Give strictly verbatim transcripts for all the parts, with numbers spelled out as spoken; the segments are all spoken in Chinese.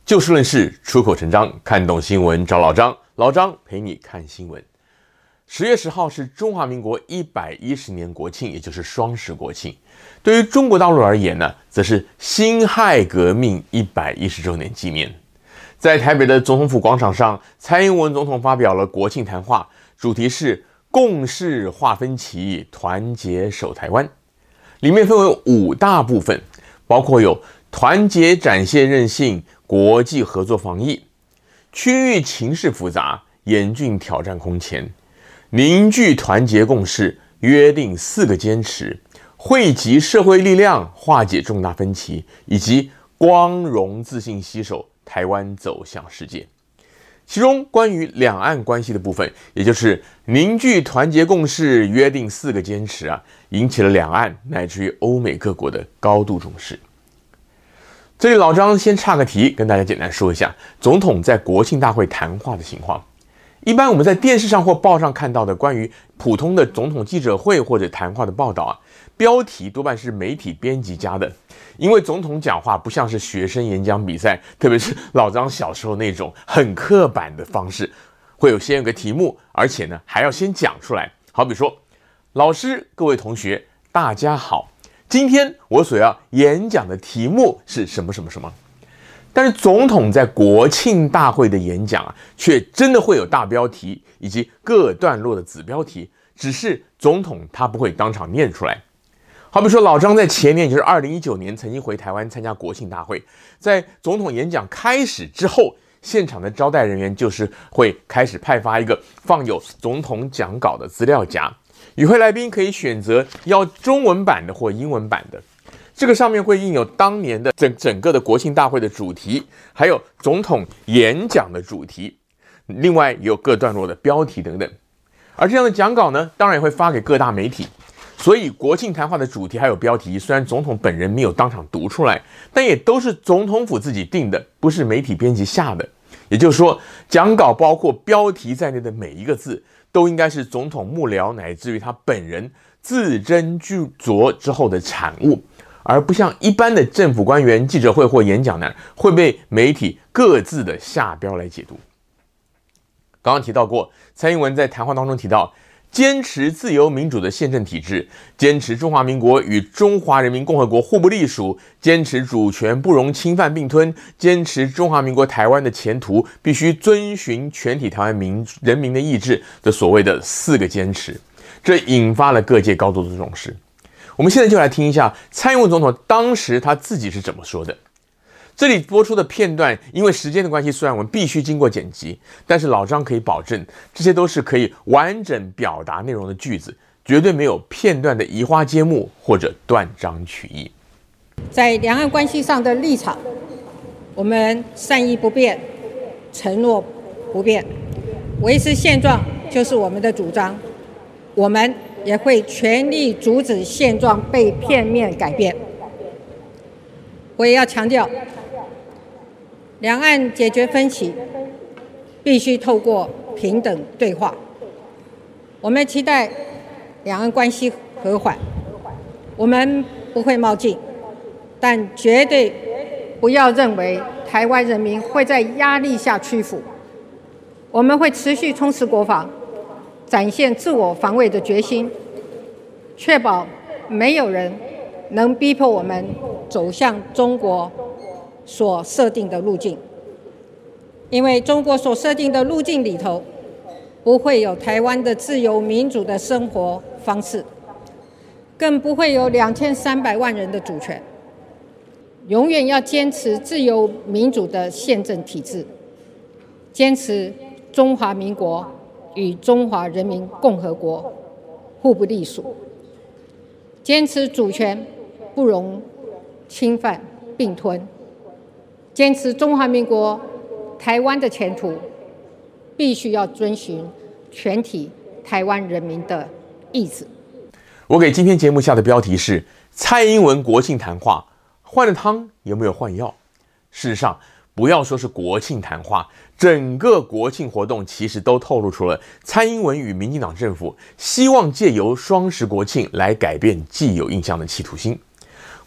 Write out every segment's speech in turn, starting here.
就事论事，出口成章，看懂新闻找老张，老张陪你看新闻。十月十号是中华民国一百一十年国庆，也就是双十国庆。对于中国大陆而言呢，则是辛亥革命一百一十周年纪念。在台北的总统府广场上，蔡英文总统发表了国庆谈话，主题是共识化分歧，团结守台湾。里面分为五大部分，包括有团结展现韧性、国际合作防疫、区域情势复杂、严峻挑战空前、凝聚团结共识、约定四个坚持、汇集社会力量化解重大分歧，以及光荣自信携手台湾走向世界。其中关于两岸关系的部分，也就是凝聚团结共识、约定四个坚持啊，引起了两岸乃至于欧美各国的高度重视。这里老张先岔个题，跟大家简单说一下总统在国庆大会谈话的情况。一般我们在电视上或报上看到的关于普通的总统记者会或者谈话的报道啊，标题多半是媒体编辑家的，因为总统讲话不像是学生演讲比赛，特别是老张小时候那种很刻板的方式，会有先有个题目，而且呢还要先讲出来。好比说，老师、各位同学，大家好。今天我所要演讲的题目是什么什么什么，但是总统在国庆大会的演讲啊，却真的会有大标题以及各段落的子标题，只是总统他不会当场念出来。好比说，老张在前年，也就是二零一九年，曾经回台湾参加国庆大会，在总统演讲开始之后，现场的招待人员就是会开始派发一个放有总统讲稿的资料夹。与会来宾可以选择要中文版的或英文版的，这个上面会印有当年的整整个的国庆大会的主题，还有总统演讲的主题，另外也有各段落的标题等等。而这样的讲稿呢，当然也会发给各大媒体。所以国庆谈话的主题还有标题，虽然总统本人没有当场读出来，但也都是总统府自己定的，不是媒体编辑下的。也就是说，讲稿包括标题在内的每一个字，都应该是总统幕僚乃至于他本人字斟句酌之后的产物，而不像一般的政府官员记者会或演讲呢，会被媒体各自的下标来解读。刚刚提到过，蔡英文在谈话当中提到，坚持自由民主的宪政体制，坚持中华民国与中华人民共和国互不隶属，坚持主权不容侵犯并吞，坚持中华民国台湾的前途必须遵循全体台湾民人民的意志的所谓的四个坚持，这引发了各界高度的重视。我们现在就来听一下蔡英文总统当时他自己是怎么说的。这里播出的片段，因为时间的关系，虽然我们必须经过剪辑，但是老张可以保证，这些都是可以完整表达内容的句子，绝对没有片段的移花接木或者断章取义。 在两岸关系上的立场，我们善意不变，承诺不变，维持现状就是我们的主张，我们也会全力阻止现状被片面改变。我也要强调，两岸解决分歧必须透过平等对话。我们期待两岸关系和缓，我们不会冒进，但绝对不要认为台湾人民会在压力下屈服。我们会持续充实国防，展现自我防卫的决心，确保没有人能逼迫我们走向中国所设定的路径，因为中国所设定的路径里头，不会有台湾的自由民主的生活方式，更不会有两千三百万人的主权。永远要坚持自由民主的宪政体制，坚持中华民国与中华人民共和国互不隶属，坚持主权不容侵犯并吞，坚持中华民国台湾的前途必须要遵循全体台湾人民的意志。 我给今天节目下的标题是蔡英文国庆谈话，换了汤有没有换药？事实上，不要说是国庆谈话，整个国庆活动其实都透露出了蔡英文与民进党政府希望借由双十国庆来改变既有印象的企图心。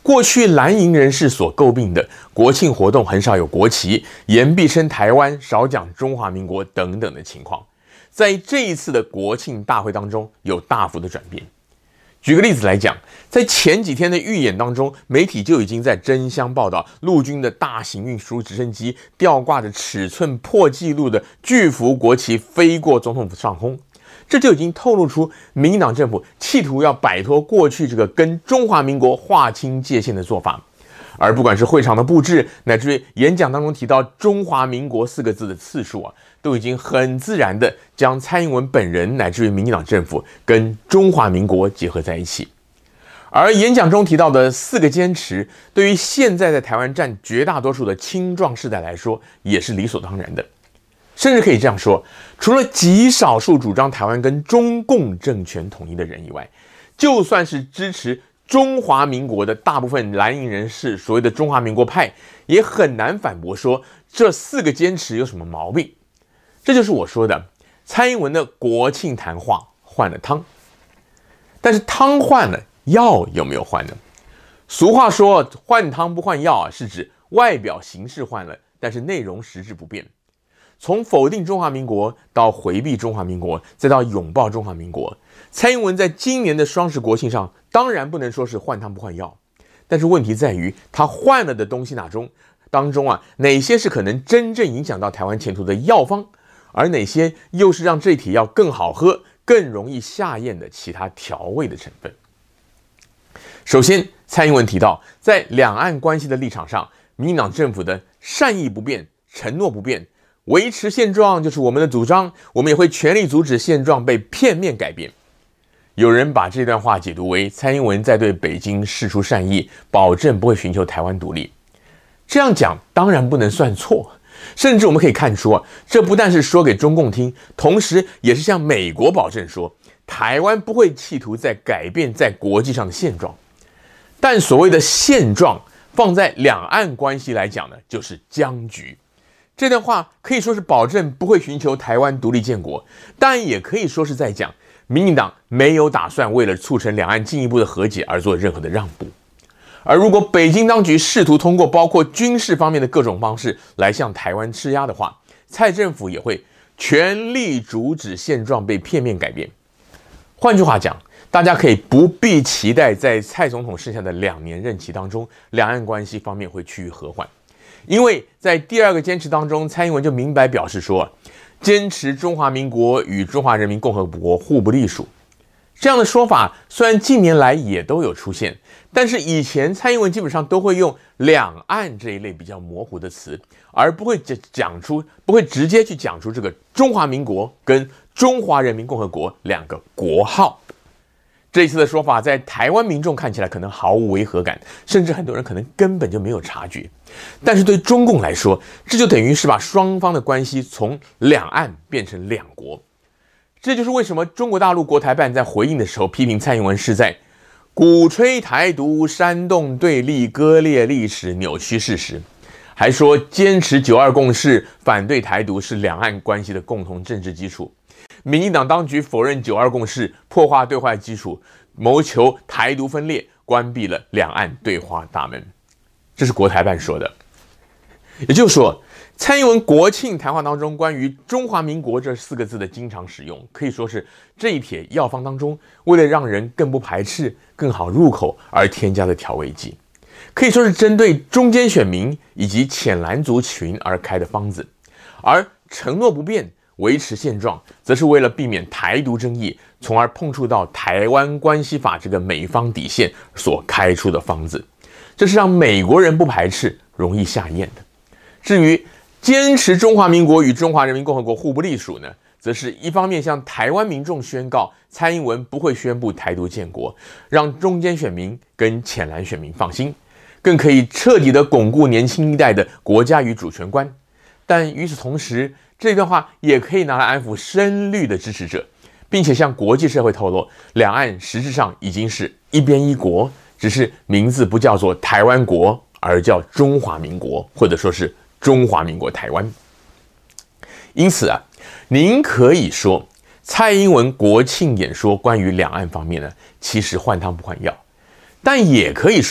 过去蓝营人士所诟病的国庆活动很少有国旗、言必称台湾、少讲中华民国等等的情况，在这一次的国庆大会当中有大幅的转变。举个例子来讲，在前几天的预演当中，媒体就已经在争相报道陆军的大型运输直升机吊挂着尺寸破纪录的巨幅国旗飞过总统府上空，这就已经透露出民进党政府企图要摆脱过去这个跟中华民国划清界限的做法。而不管是会场的布置，乃至于演讲当中提到中华民国四个字的次数啊，都已经很自然的将蔡英文本人乃至于民进党政府跟中华民国结合在一起。而演讲中提到的四个坚持，对于现在在台湾占绝大多数的青壮世代来说，也是理所当然的。甚至可以这样说，除了极少数主张台湾跟中共政权统一的人以外，就算是支持中华民国的大部分蓝营人士，所谓的中华民国派，也很难反驳说这四个坚持有什么毛病。这就是我说的，蔡英文的国庆谈话换了汤，但是汤换了，药有没有换呢？俗话说换汤不换药啊，是指外表形式换了，但是内容实质不变。从否定中华民国到回避中华民国，再到拥抱中华民国，蔡英文在今年的双十国庆上当然不能说是换汤不换药，但是问题在于他换了的东西哪中当中啊，哪些是可能真正影响到台湾前途的药方，而哪些又是让这体药更好喝、更容易下咽的其他调味的成分。首先，蔡英文提到，在两岸关系的立场上，民进党政府的善意不变、承诺不变，维持现状就是我们的主张，我们也会全力阻止现状被片面改变。有人把这段话解读为蔡英文在对北京释出善意，保证不会寻求台湾独立。这样讲当然不能算错，甚至我们可以看出啊，这不但是说给中共听，同时也是向美国保证说，台湾不会企图在改变在国际上的现状。但所谓的现状，放在两岸关系来讲呢，就是僵局。这段话可以说是保证不会寻求台湾独立建国，但也可以说是在讲民进党没有打算为了促成两岸进一步的和解而做任何的让步。而如果北京当局试图通过包括军事方面的各种方式来向台湾施压的话，蔡政府也会全力阻止现状被片面改变。换句话讲，大家可以不必期待在蔡总统剩下的两年任期当中，两岸关系方面会趋于和缓。因为在第二个坚持当中，蔡英文就明白表示说，坚持中华民国与中华人民共和国互不隶属。这样的说法虽然近年来也都有出现，但是以前蔡英文基本上都会用两岸这一类比较模糊的词，而不会讲出不会直接去讲出这个中华民国跟中华人民共和国两个国号。这一次的说法在台湾民众看起来可能毫无违和感，甚至很多人可能根本就没有察觉，但是对中共来说，这就等于是把双方的关系从两岸变成两国。这就是为什么中国大陆国台办在回应的时候批评蔡英文是在鼓吹台独、煽动对立、割裂历史、扭曲事实，还说坚持九二共识、反对台独是两岸关系的共同政治基础。民进党当局否认九二共识，破坏对话基础，谋求台独分裂，关闭了两岸对话大门。这是国台办说的。也就是说，蔡英文国庆谈话当中关于中华民国这四个字的经常使用，可以说是这一帖药方当中为了让人更不排斥、更好入口而添加的调味剂，可以说是针对中间选民以及浅蓝族群而开的方子。而承诺不变、维持现状，则是为了避免台独争议，从而碰触到台湾关系法这个美方底线所开出的方子。这是让美国人不排斥、容易下咽的。至于坚持中华民国与中华人民共和国互不隶属呢，则是一方面向台湾民众宣告蔡英文不会宣布台独建国，让中间选民跟浅蓝选民放心，更可以彻底的巩固年轻一代的国家与主权观。但与此同时，这段话也可以拿来安抚深绿的支持者，并且向国际社会透露，两岸实质上已经是一边一国，只是名字不叫做台湾国，而叫中华民国，或者说是中华民国台湾。因此啊，您可以说蔡英文国庆演说关于两岸方面呢，其实换汤不换药，但也可以说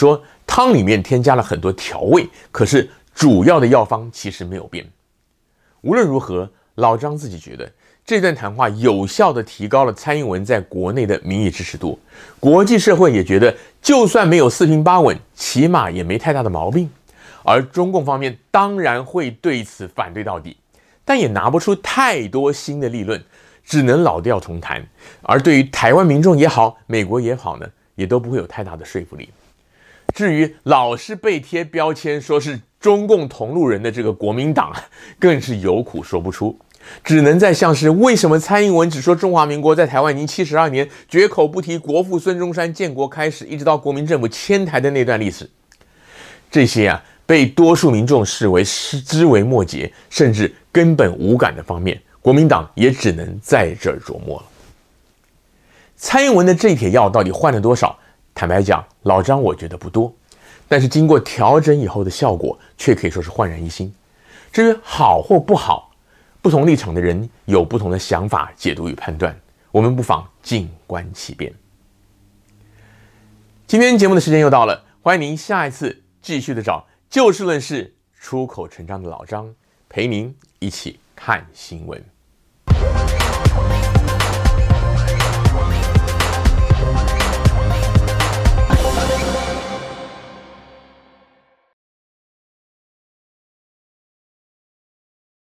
汤里面添加了很多调味，可是主要的药方其实没有变。无论如何，老张自己觉得这段谈话有效地提高了蔡英文在国内的民意支持度，国际社会也觉得就算没有四平八稳，起码也没太大的毛病。而中共方面当然会对此反对到底，但也拿不出太多新的立论，只能老调重弹。而对于台湾民众也好，美国也好呢，也都不会有太大的说服力。至于老是被贴标签说是中共同路人的这个国民党，更是有苦说不出，只能在像是为什么蔡英文只说中华民国在台湾已经七十二年，绝口不提国父孙中山建国开始一直到国民政府迁台的那段历史，这些啊被多数民众视为枝微末节，甚至根本无感的方面，国民党也只能在这儿琢磨了。蔡英文的这帖药到底换了多少？坦白讲，老张我觉得不多，但是经过调整以后的效果，却可以说是焕然一新。至于好或不好，不同立场的人有不同的想法、解读与判断，我们不妨静观其变。今天节目的时间又到了，欢迎您下一次继续的找就事论事、出口成章的老张陪您一起看新闻。